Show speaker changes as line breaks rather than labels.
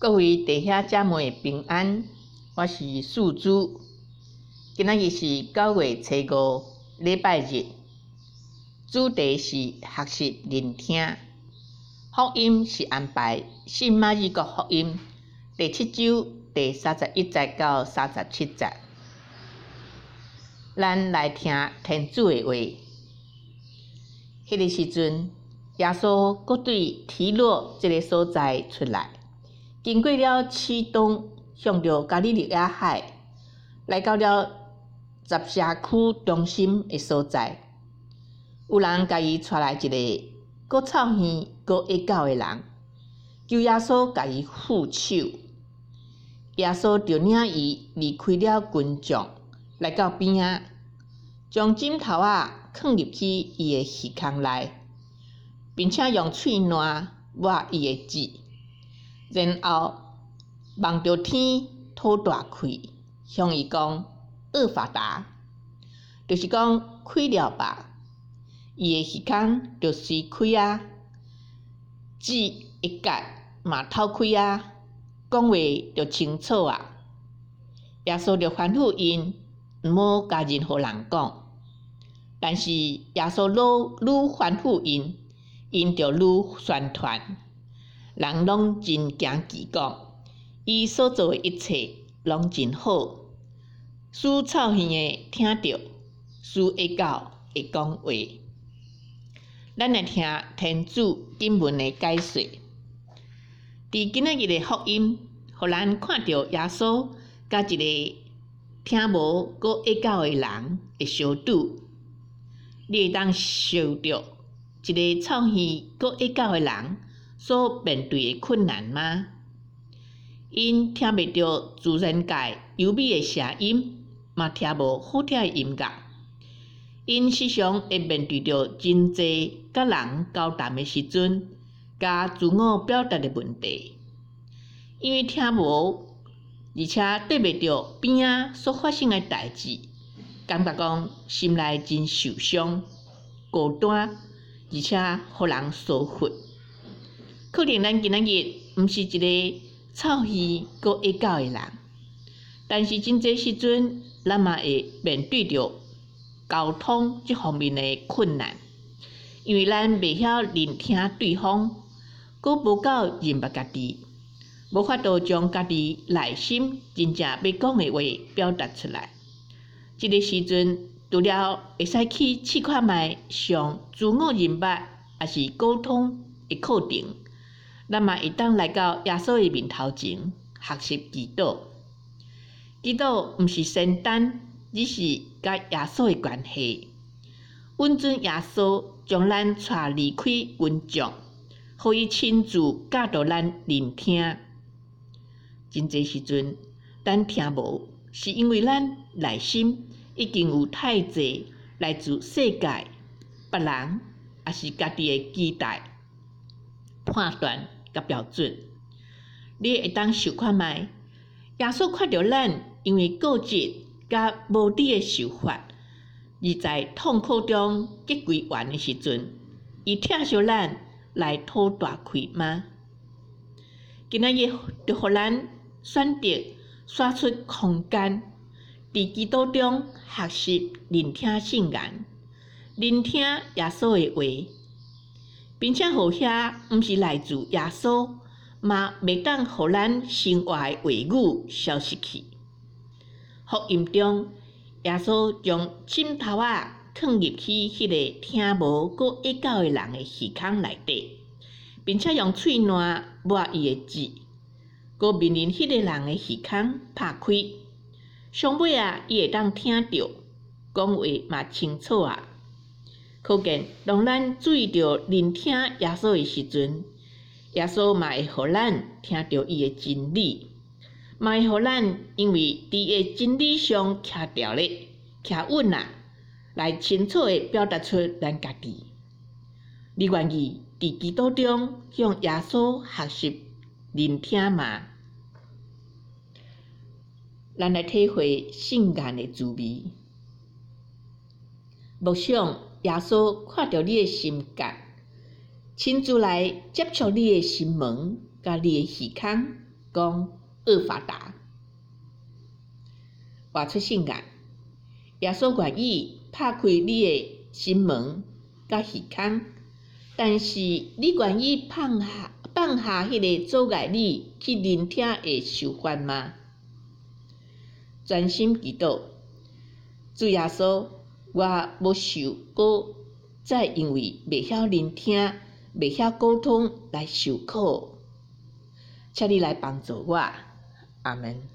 各位弟兄姐妹平安，我是素珠。今仔日是9月初5礼拜日，主题是学习聆听。福音是安排圣马尔谷福音第7章第31节到37节。咱来听天主的话。迄个时阵，耶稣阁对提洛这个所在出来，经过了市东，向着加利利亚海，来到了十社区中心的所在。有人甲伊带来一个割草园、割野狗的人，求耶稣甲伊护手。耶稣就领伊离开了群众，来到边仔，将枕头放入去伊的耳孔内，并且用喙烂抹伊的舌，然后望着天吐大气，向伊讲：“厄法达”，就是讲开了吧。伊的耳孔就随开舌一角嘛透开讲话就清楚耶稣就吩咐因毋好甲任何人讲。但是耶稣愈吩咐因，因就愈宣传，人拢真惊奇，讲伊所做的一切拢真好。使草园的听着，使野狗会讲话。咱来听天主经文的解说。伫今仔日的福音，互咱看到耶稣甲一个听无过野狗的人的相拄。你会当想到一个草园过野狗的人所面对的困难吗？因听袂到自然界优美的声音，嘛听无好听的音乐。因时常会面对着真济甲人交谈的时阵，甲自我表达的问题。因为听无，而且对袂着边仔所发生的代志，感觉讲心内真受伤、孤单，而且互人疏忽。可能咱今仔日毋是一个草鱼过野狗的人，但是真济时阵，咱嘛会面对着交通这方面的困难，因为咱袂晓聆听对方，阁无够认捌家己，无法度将家己内心真正要讲的话表达出来。这个时阵，除了会使去试看卖上自我认捌，也是沟通的课程，咱嘛会当来到耶稣的面头前学习祈祷。祈祷毋是仙丹，只是甲耶稣的关系。允准耶稣将咱带离开群众，互伊亲自教导咱聆听。真济时阵，咱听无，是因为咱内心已经有太济来自世界、别人，也是家己的期待、判断甲标准。你会当想看卖，耶稣看到咱因为固执甲无知的想法，而在痛苦中结归完的时阵，伊疼惜咱来吐大气吗？今仔日就互咱选择刷出空间，伫基督中学习聆听圣言，聆听耶稣的话，并且互遐毋是来自耶稣，嘛袂当互咱生活的话语消失去。福音中，耶稣将枕头放入去迄个听无过野狗的人的耳孔内底，并且用喙烂抹伊的舌，阁命令迄个人的耳孔拍开。上尾伊会当听到，讲话嘛清楚可见，当咱注意着聆听耶稣的时阵，耶稣嘛会互咱听到伊的真理，嘛会互咱因为伫伊的真理上徛牢咧、徛稳来清楚的表达出咱家己。你愿意伫基督中向耶稣学习聆听吗？咱来体会圣言的滋味。默想耶稣看到你的心格，亲自来接触你的心门，甲你的耳孔， 讲厄法达，活出圣眼。耶稣愿意拍开你的心门甲耳孔，但是你愿意放下迄个阻碍你去聆听的受烦吗？专心祈祷，主耶稣，我无受过再因为袂晓聆听、袂晓沟通来受苦，请你来帮助我，阿门。